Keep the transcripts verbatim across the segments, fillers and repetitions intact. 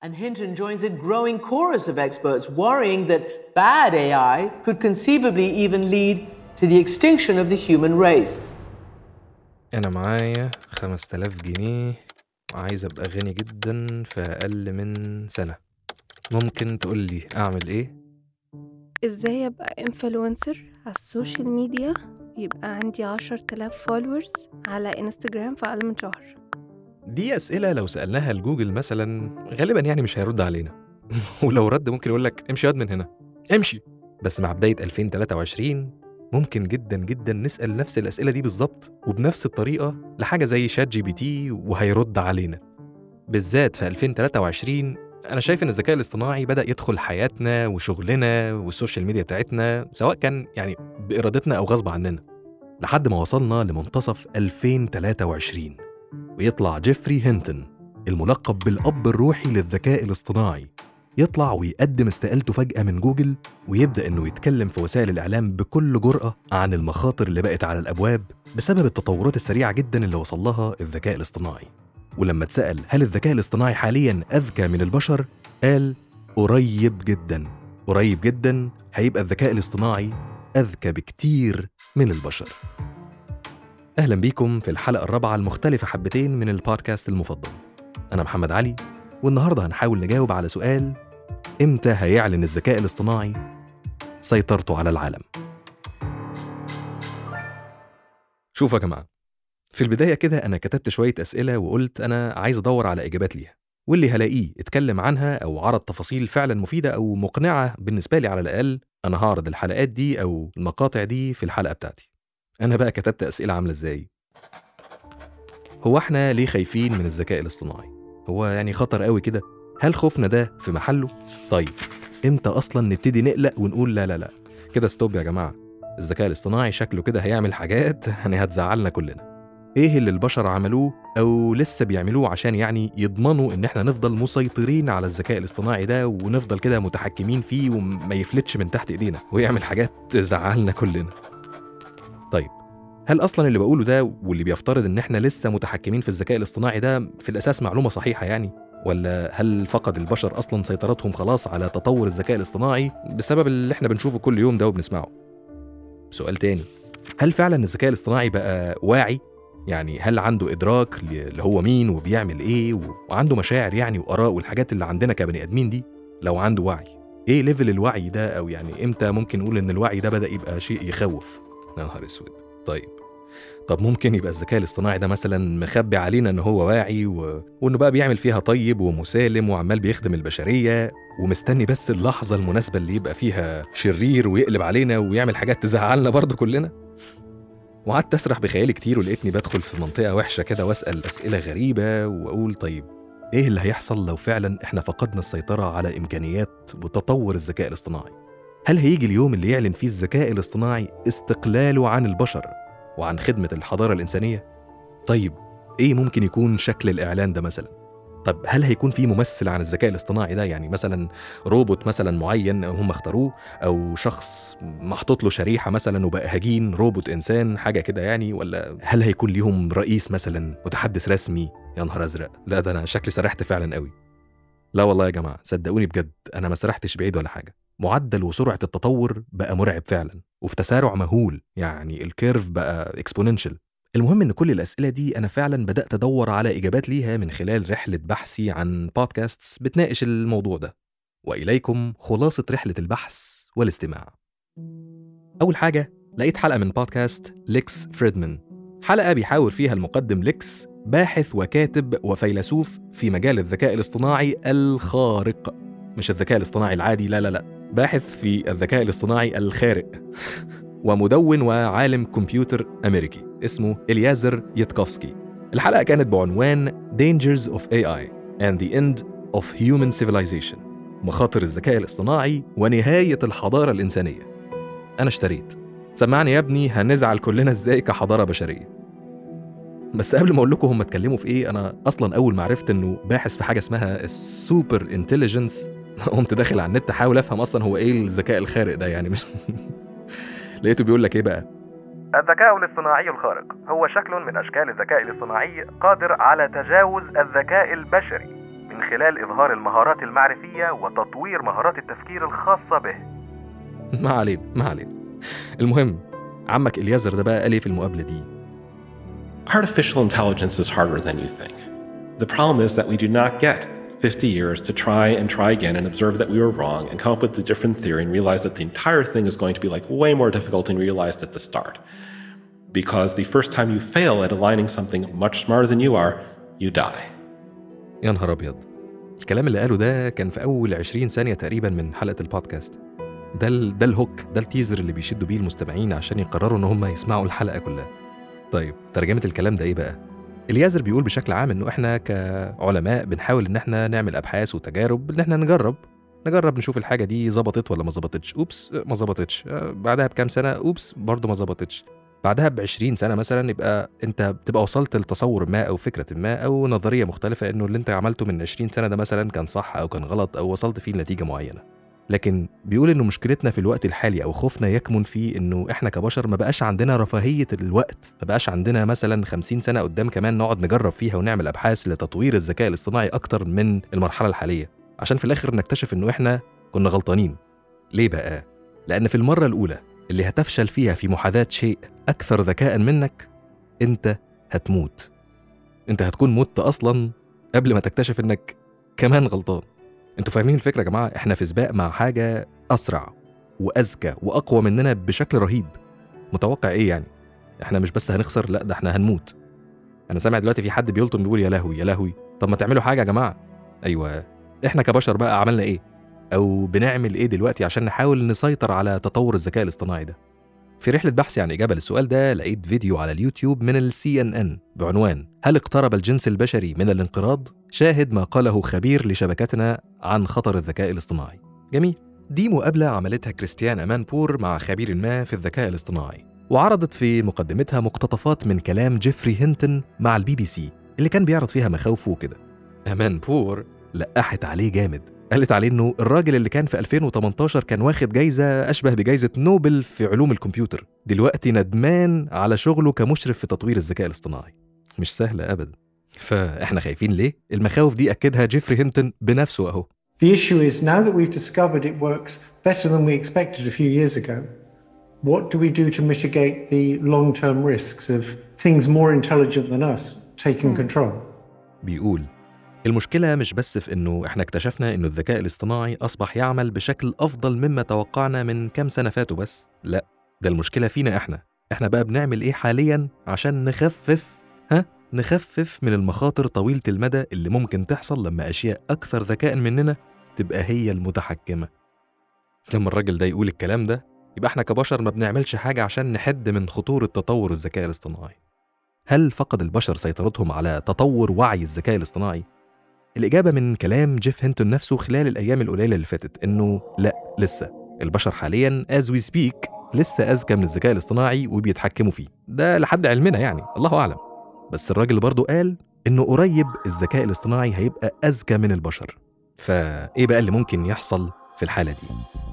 And Hinton joins a growing chorus of experts worrying that bad A I could conceivably even lead to the extinction of the human race. أنا معايا خمسة آلاف جنيه وعايز أبقى غني جدا في أقل من سنة. ممكن تقولي أعمل إيه؟ ازاي ابقى انفلونسر على السوشيال ميديا يبقى عندي عشرة آلاف فولورز على انستجرام في اقل من شهر؟ دي أسئلة لو سألناها لجوجل مثلا غالبا يعني مش هيرد علينا. ولو رد ممكن يقولك امشي ياد من هنا امشي. بس مع بداية ألفين وثلاثة وعشرين ممكن جدا جدا نسأل نفس الأسئلة دي بالظبط وبنفس الطريقة لحاجة زي شات جي بي تي وهيرد علينا. بالذات في ألفين وثلاثة وعشرين أنا شايف إن الذكاء الاصطناعي بدأ يدخل حياتنا وشغلنا والسوشيال ميديا بتاعتنا، سواء كان يعني بإرادتنا أو غصب عننا، لحد ما وصلنا لمنتصف ألفين وثلاثة وعشرين ويطلع جيفري هينتون الملقب بالأب الروحي للذكاء الاصطناعي يطلع ويقدم استقالته فجأة من جوجل، ويبدأ إنه يتكلم في وسائل الإعلام بكل جرأة عن المخاطر اللي بقت على الأبواب بسبب التطورات السريعة جدا اللي وصل لها الذكاء الاصطناعي. ولما اتسأل هل الذكاء الاصطناعي حالياً أذكى من البشر؟ قال قريب جداً قريب جداً هيبقى الذكاء الاصطناعي أذكى بكتير من البشر. أهلاً بيكم في الحلقة الرابعة المختلفة حبتين من البودكاست المفضل. أنا محمد علي، والنهاردة هنحاول نجاوب على سؤال: إمتى هيعلن الذكاء الاصطناعي سيطرته على العالم؟ شوفوا يا جماعة، في البداية كده أنا كتبت شوية أسئلة وقلت أنا عايز أدور على إجابات ليها، واللي هلاقيه اتكلم عنها أو عرض تفاصيل فعلا مفيدة أو مقنعة بالنسبة لي على الأقل، أنا هعرض الحلقات دي أو المقاطع دي في الحلقة بتاعتي. أنا بقى كتبت أسئلة عاملة إزاي؟ هو إحنا ليه خايفين من الذكاء الاصطناعي؟ هو يعني خطر قوي كده؟ هل خوفنا ده في محله؟ طيب إمتى أصلا نبتدي نقلق ونقول لا لا لا كده ستوب يا جماعة، الذكاء الاصطناعي شكله كده هيعمل حاجات يعني هتزعلنا كلنا؟ إيه اللي البشر عملوه أو لسه بيعملوه عشان يعني يضمنوا إن إحنا نفضل مسيطرين على الذكاء الاصطناعي ده ونفضل كده متحكمين فيه وما يفلتش من تحت إيدينا ويعمل حاجات تزعلنا كلنا؟ طيب هل أصلاً اللي بقوله ده واللي بيفترض إن إحنا لسه متحكمين في الذكاء الاصطناعي ده في الأساس معلومة صحيحة يعني؟ ولا هل فقد البشر أصلاً سيطرتهم خلاص على تطور الذكاء الاصطناعي بسبب اللي إحنا بنشوفه كل يوم ده وبنسمعه؟ سؤال تاني، هل فعلاً الذكاء الاصطناعي بقى واعي؟ يعني هل عنده إدراك اللي هو مين وبيعمل إيه وعنده مشاعر يعني وآراء والحاجات اللي عندنا كبني آدمين دي؟ لو عنده وعي، إيه ليفل الوعي ده؟ أو يعني إمتى ممكن نقول إن الوعي ده بدأ يبقى شيء يخوف؟ يا نهار أسود. طيب طب ممكن يبقى الذكاء الاصطناعي ده مثلا مخبي علينا ان هو واعي و... وانه بقى بيعمل فيها طيب ومسالم وعمال بيخدم البشرية ومستني بس اللحظة المناسبة اللي يبقى فيها شرير ويقلب علينا ويعمل حاجات تزعلنا برضو كلنا؟ وقعدت أسرح بخيالي كتير ولقيتني بدخل في منطقة وحشة كده واسأل أسئلة غريبة وأقول طيب إيه اللي هيحصل لو فعلا إحنا فقدنا السيطرة على إمكانيات وتطور الذكاء الاصطناعي؟ هل هيجي اليوم اللي يعلن فيه الذكاء الاصطناعي استقلاله عن البشر وعن خدمة الحضارة الإنسانية؟ طيب إيه ممكن يكون شكل الإعلان ده مثلا؟ طب هل هيكون في ممثل عن الذكاء الاصطناعي ده، يعني مثلا روبوت مثلا معين هم اختاروه، أو شخص محطوط له شريحة مثلا وبقى هجين روبوت إنسان حاجة كده يعني؟ ولا هل هيكون ليهم رئيس مثلا متحدث رسمي؟ يا نهار أزرق، لا ده أنا شكلي سرحت فعلا قوي. لا والله يا جماعة صدقوني بجد أنا ما سرحتش بعيد ولا حاجة، معدل وسرعة التطور بقى مرعب فعلا وفي تسارع مهول، يعني الكيرف بقى اكسبوننشال. المهم إن كل الأسئلة دي أنا فعلا بدأت أدور على إجابات ليها من خلال رحلة بحثي عن بودكاستس بتناقش الموضوع ده، وإليكم خلاصة رحلة البحث والاستماع. أول حاجة لقيت حلقة من بودكاست ليكس فريدمان، حلقة بيحاور فيها المقدم ليكس، باحث وكاتب وفيلسوف في مجال الذكاء الاصطناعي الخارق، مش الذكاء الاصطناعي العادي، لا لا لا، باحث في الذكاء الاصطناعي الخارق ومدون وعالم كمبيوتر أمريكي اسمه إليازر يتكوفسكي. الحلقة كانت بعنوان Dangers of إيه آي and the End of Human Civilization، مخاطر الذكاء الاصطناعي ونهاية الحضارة الإنسانية. أنا اشتريت. سمعني يا ابني هنزعل كلنا إزاي كحضارة بشرية. بس قبل ما أقول لكم هم اتكلموا في إيه، أنا أصلاً أول ما عرفت إنه باحث في حاجة اسمها السوبر انتليجنس قمت داخل على النت أحاول أفهم أصلاً هو إيه الذكاء الخارق ده يعني. مش لقيته بيقول لك إيه بقى؟ الذكاء الاصطناعي الخارق هو شكل من أشكال الذكاء الاصطناعي قادر على تجاوز الذكاء البشري من خلال إظهار المهارات المعرفية وتطوير مهارات التفكير الخاصة به. ما علينا ما علينا. المهم عمك إليازر ده بقى قال إيه في المقابلة دي؟ Artificial intelligence is harder than you think. The problem is that we do not get fifty years to try and try again and observe that we were wrong and come up with a different theory and realize that the entire thing is going to be like way more difficult than we realized at the start. Because the first time you fail at aligning something much smarter than you are, you die. يا نهار أبيض. الكلام اللي قاله ده كان في أول عشرين ثانية تقريبا من حلقة البودكاست. ده ال... ده الهوك، ده التيزر اللي بيشدوا بيه المستمعين عشان يقرروا إن هم يسمعوا الحلقة كلها. طيب ترجمة الكلام ده إيه بقى؟ إليازر بيقول بشكل عام إنه إحنا كعلماء بنحاول إن إحنا نعمل أبحاث وتجارب، إن إحنا نجرب نجرب نشوف الحاجة دي ظبطت ولا ما ظبطتش. أوبس ما ظبطتش. بعدها بكام سنة أوبس برضو ما ظبطتش. بعدها بعشرين سنة مثلا يبقى أنت بتبقى وصلت لتصور ما أو فكرة ما أو نظرية مختلفة إنه اللي أنت عملته من عشرين سنة ده مثلا كان صح أو كان غلط أو وصلت فيه لنتيجة معينة. لكن بيقول إنه مشكلتنا في الوقت الحالي أو خوفنا يكمن في إنه إحنا كبشر ما بقاش عندنا رفاهية الوقت، ما بقاش عندنا مثلا خمسين سنة قدام كمان نقعد نجرب فيها ونعمل أبحاث لتطوير الذكاء الاصطناعي أكتر من المرحلة الحالية، عشان في الآخر نكتشف إنه إحنا كنا غلطانين. ليه بقى؟ لأن في المرة الأولى اللي هتفشل فيها في محاذاة شيء أكثر ذكاء منك أنت هتموت. أنت هتكون مت أصلا قبل ما تكتشف إنك كمان غلطان. أنتوا فاهمين الفكرة يا جماعة؟ إحنا في سباق مع حاجة أسرع وأذكى وأقوى مننا بشكل رهيب. متوقع إيه يعني؟ إحنا مش بس هنخسر، لأ ده إحنا هنموت. أنا سامع دلوقتي في حد بيلطم بيقول يا لهوي يا لهوي. طب ما تعملوا حاجة يا جماعة. أيوة، إحنا كبشر بقى عملنا إيه؟ أو بنعمل إيه دلوقتي عشان نحاول نسيطر على تطور الذكاء الاصطناعي ده؟ في رحلة بحث عن إجابة للسؤال ده لقيت فيديو على اليوتيوب من ال سي إن إن بعنوان هل اقترب الجنس البشري من الانقراض؟ شاهد ما قاله خبير لشبكتنا عن خطر الذكاء الاصطناعي. جميل. دي مقابلة عملتها كريستيان أمانبور مع خبير ما في الذكاء الاصطناعي، وعرضت في مقدمتها مقتطفات من كلام جيفري هينتون مع البي بي سي اللي كان بيعرض فيها مخاوفه وكده. أمانبور لقحت عليه جامد، قالت عليه إنه الراجل اللي كان في ألفين وتمنتاشر كان واخد جايزة أشبه بجايزة نوبل في علوم الكمبيوتر، دلوقتي ندمان على شغله كمشرف في تطوير الذكاء الاصطناعي. مش سهلة أبدا. فإحنا خايفين ليه؟ المخاوف دي أكدها جيفري هينتون بنفسه أهو. The issue is now that we've discovered it works better than we expected a few years ago, what do we do to mitigate the long-term risks of things more intelligent than us taking control? بيقول المشكلة مش بس في إنه إحنا اكتشفنا إنه الذكاء الاصطناعي أصبح يعمل بشكل أفضل مما توقعنا من كام سنة فاتوا بس، لأ ده المشكلة فينا إحنا. إحنا بقى بنعمل إيه حالياً عشان نخفف ها نخفف من المخاطر طويلة المدى اللي ممكن تحصل لما أشياء أكثر ذكاء مننا تبقى هي المتحكمة. لما الراجل ده يقول الكلام ده يبقى إحنا كبشر ما بنعملش حاجة عشان نحد من خطورة تطور الذكاء الاصطناعي. هل فقد البشر سيطرتهم على تطور وعي الذكاء الاصطناعي؟ الإجابة من كلام جيف هينتون نفسه خلال الأيام القليلة اللي فاتت إنه لأ، لسه البشر حالياً as we speak لسه أذكى من الذكاء الاصطناعي وبيتحكموا فيه، ده لحد علمنا يعني، الله أعلم. بس الراجل برضو قال إنه قريب الذكاء الاصطناعي هيبقى أذكى من البشر. فإيه بقى اللي ممكن يحصل في الحالة دي؟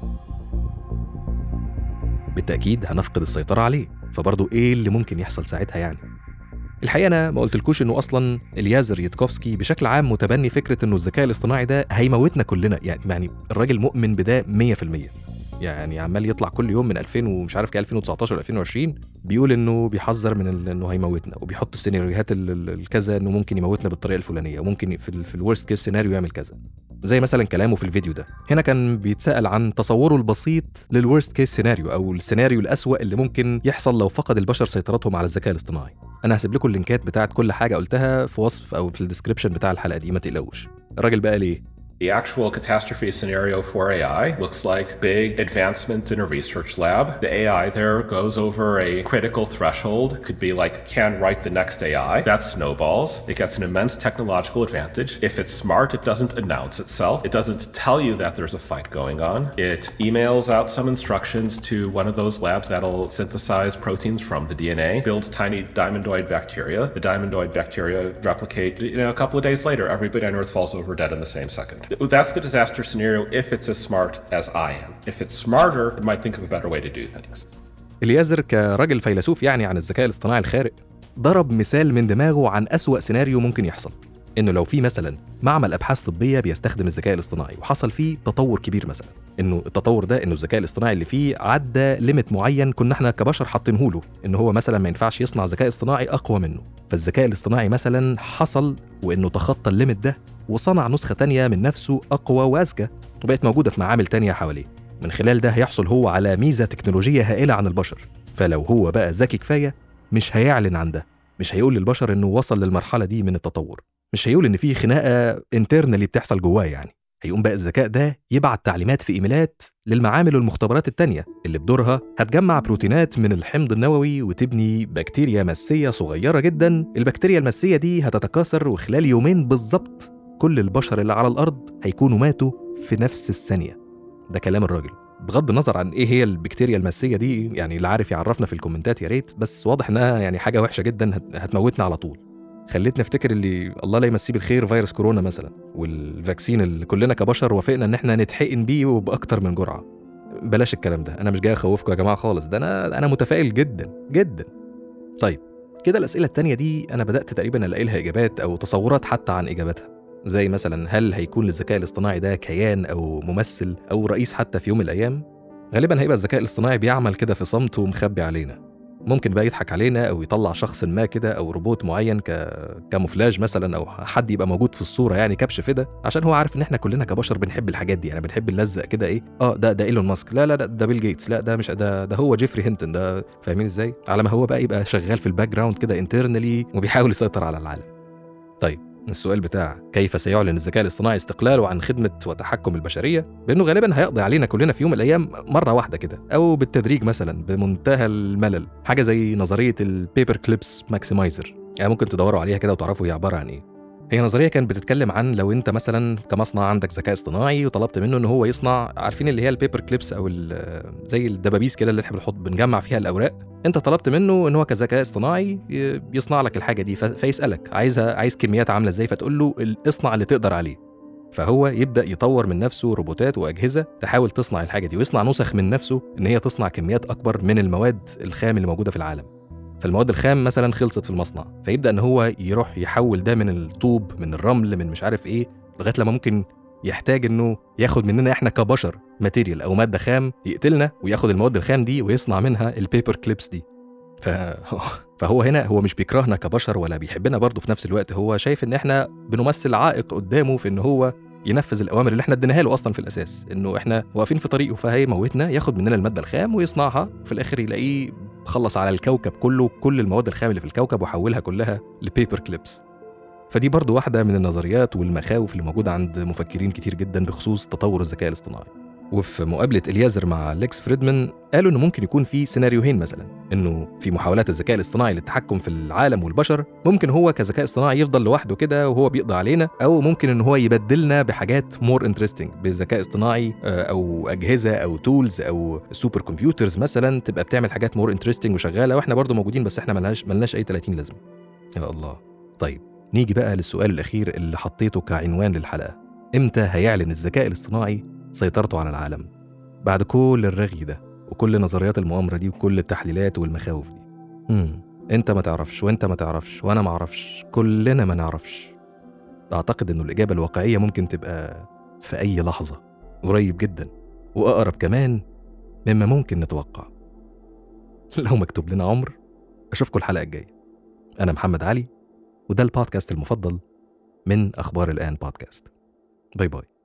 بالتأكيد هنفقد السيطرة عليه، فبرضو إيه اللي ممكن يحصل ساعتها يعني؟ الحقيقة أنا ما قلتلكوش إنه أصلاً إليازر يتكوفسكي بشكل عام متبني فكرة إنه الذكاء الاصطناعي ده هيموتنا كلنا، يعني يعني الراجل مؤمن بده مية في المية. يعني عمال يطلع كل يوم من ألفين ومش عارف كده ألفين وتسعتاشر ألفين وعشرين بيقول إنه بيحذر من ال... إنه هيموتنا، وبيحط السيناريوهات الكذا إنه ممكن يموتنا بالطريقة الفلانية، وممكن في ال... في الورست كيس سيناريو يعمل كذا. زي مثلا كلامه في الفيديو ده هنا كان بيتسأل عن تصوره البسيط للورست كيس سيناريو أو السيناريو الأسوأ اللي ممكن يحصل لو فقد البشر سيطرتهم على الذكاء الاصطناعي. أنا هسيب لكم اللينكات بتاعت كل حاجة قلتها في وصف أو في الديسكريبشن بتاع الحلقة دي، ما تقلقوش. الراجل بقى ليه؟ The actual catastrophe scenario for A I looks like big advancement in a research lab. The A I there goes over a critical threshold. Could be like, can write the next A I. That snowballs. It gets an immense technological advantage. If it's smart, it doesn't announce itself. It doesn't tell you that there's a fight going on. It emails out some instructions to one of those labs that'll synthesize proteins from the D N A, builds tiny diamondoid bacteria. The diamondoid bacteria replicate, you know, a couple of days later, everybody on Earth falls over dead in the same second. That's the disaster scenario if it's as smart as I am. If it's smarter, it might think of a better way to do things. إليازر كراجل فيلسوف يعني عن الذكاء الاصطناعي الخارق ضرب مثال من دماغه عن أسوأ سيناريو ممكن يحصل، إنه لو في مثلا معمل أبحاث طبية بيستخدم الذكاء الاصطناعي وحصل فيه تطور كبير مثلا، إنه التطور ده إنه الذكاء الاصطناعي اللي فيه عدى ليميت معين كنا إحنا كبشر حاطينه له إنه هو مثلا ما ينفعش يصنع ذكاء اصطناعي أقوى منه، فالذكاء الاصطناعي مثلا حصل وإنه تخطى الليميت ده وصنع نسخة تانية من نفسه أقوى وأذكى وبقت موجودة في معامل تانية حواليه. من خلال ده هيحصل هو على ميزة تكنولوجية هائلة عن البشر، فلو هو بقى ذكي كفاية مش هيعلن عن ده، مش هيقول للبشر إنه وصل للمرحلة دي من التطور، مش هيقول إن في خناقة انترنالي بتحصل جواه يعني. هيقوم بقى الذكاء ده يبعت تعليمات في إيميلات للمعامل والمختبرات التانية اللي بدورها هتجمع بروتينات من الحمض النووي وتبني بكتيريا مسية صغيرة جدا. البكتيريا المسية دي هتتكاثر وخلال يومين بالظبط كل البشر اللي على الأرض هيكونوا ماتوا في نفس الثانية. ده كلام الراجل. بغض النظر عن ايه هي البكتيريا المسية دي، يعني اللي عارف يعرفنا في الكومنتات يا ريت، بس واضح انها يعني حاجة وحشة جدا هتموتنا على طول. خليتنا نفتكر اللي الله لا يمسيه بالخير فيروس كورونا مثلا، والفاكسين اللي كلنا كبشر وافقنا ان احنا نتحقن بيه وباكتر من جرعة. بلاش الكلام ده، انا مش جاي اخوفكم يا جماعة خالص، ده انا انا متفائل جدا جدا. طيب كده الأسئلة التانية دي انا بدأت تقريبا الاقي لها اجابات او تصورات حتى عن اجاباتها، زي مثلا هل هيكون للذكاء الاصطناعي ده كيان او ممثل او رئيس حتى في يوم من الايام؟ غالبا هيبقى الذكاء الاصطناعي بيعمل كده في صمت ومخبي علينا، ممكن بقى يضحك علينا او يطلع شخص ما كده او روبوت معين ك كاموفلاج مثلا، او حد يبقى موجود في الصوره يعني كبش فدا، عشان هو عارف ان احنا كلنا كبشر بنحب الحاجات دي، يعني بنحب نلزق كده ايه اه ده ده ايلون ماسك، لا لا ده, ده بيل جيتس، لا ده مش ده ده هو جيفري هينتون، ده فاهمين ازاي؟ على ما هو بقى يبقى شغال في الباك جراوند كده انترنالي وبيحاول يسيطر على العالم. طيب السؤال بتاع كيف سيعلن الذكاء الاصطناعي استقلاله عن خدمة وتحكم البشرية، بأنه غالبا هيقضي علينا كلنا في يوم من الأيام مرة واحدة كده، أو بالتدريج مثلا بمنتهى الملل، حاجة زي نظرية البيبر كليبس ماكسمايزر، يعني ممكن تدوروا عليها كده وتعرفوا هي عبارة عن إيه. هي نظرية كانت بتتكلم عن لو أنت مثلا كمصنع عندك ذكاء اصطناعي وطلبت منه إن هو يصنع، عارفين اللي هي البيبر كليبس أو زي الدبابيس كده اللي احنا بنحط بنجمع فيها الأوراق، انت طلبت منه ان هو كذكاء اصطناعي يصنع لك الحاجه دي، فيسالك عايزها عايز كميات عامله ازاي، فتقول له اصنع اللي تقدر عليه، فهو يبدا يطور من نفسه روبوتات واجهزه تحاول تصنع الحاجه دي، ويصنع نسخ من نفسه ان هي تصنع كميات اكبر من المواد الخام اللي موجوده في العالم. فالمواد الخام مثلا خلصت في المصنع، فيبدا ان هو يروح يحول ده من الطوب من الرمل من مش عارف ايه، لغايه لما ممكن يحتاج انه ياخد مننا احنا كبشر ماتيريال او ماده خام يقتلنا، وياخد المواد الخام دي ويصنع منها البيبر كليبس دي. ف... فهو هنا هو مش بيكرهنا كبشر ولا بيحبنا برضه في نفس الوقت، هو شايف ان احنا بنمثل عائق قدامه في ان هو ينفذ الاوامر اللي احنا اديناها له اصلا في الاساس، انه احنا واقفين في طريقه، فهيموتنا ياخد مننا الماده الخام ويصنعها، وفي الاخر يلاقيه خلص على الكوكب كله، كل المواد الخام اللي في الكوكب وحولها كلها لبيبر كليبس. فدي برضو واحدة من النظريات والمخاوف اللي موجودة عند مفكرين كتير جدا بخصوص تطور الذكاء الاصطناعي. وفي مقابلة إليازر مع ليكس فريدمان قالوا إنه ممكن يكون في سيناريوهين، مثلا إنه في محاولات الذكاء الاصطناعي للتحكم في العالم والبشر ممكن هو كذكاء اصطناعي يفضل لوحده كده وهو بيقضي علينا، أو ممكن إنه هو يبدلنا بحاجات مور انترستنج بذكاء اصطناعي أو أجهزة أو تولز أو سوبر كمبيوترز مثلا تبقى بتعمل حاجات مور انترستنج وشغالة وإحنا برضو موجودين، بس إحنا ملناش ملناش أي ثلاثين لازمة. يا الله. طيب نيجي بقى للسؤال الأخير اللي حطيته كعنوان للحلقة: إمتى هيعلن الذكاء الاصطناعي سيطرته على العالم؟ بعد كل الرغي ده وكل نظريات المؤامرة دي وكل التحليلات والمخاوف دي. امم انت ما تعرفش وانت ما تعرفش وانا ما اعرفش، كلنا ما نعرفش. اعتقد انه الإجابة الواقعية ممكن تبقى في أي لحظة، قريب جدا وأقرب كمان مما ممكن نتوقع. لو مكتوب لنا عمر. أشوفكم الحلقة الجاية. أنا محمد علي، وده البودكاست المفضل من أخبار الآن بودكاست. باي باي.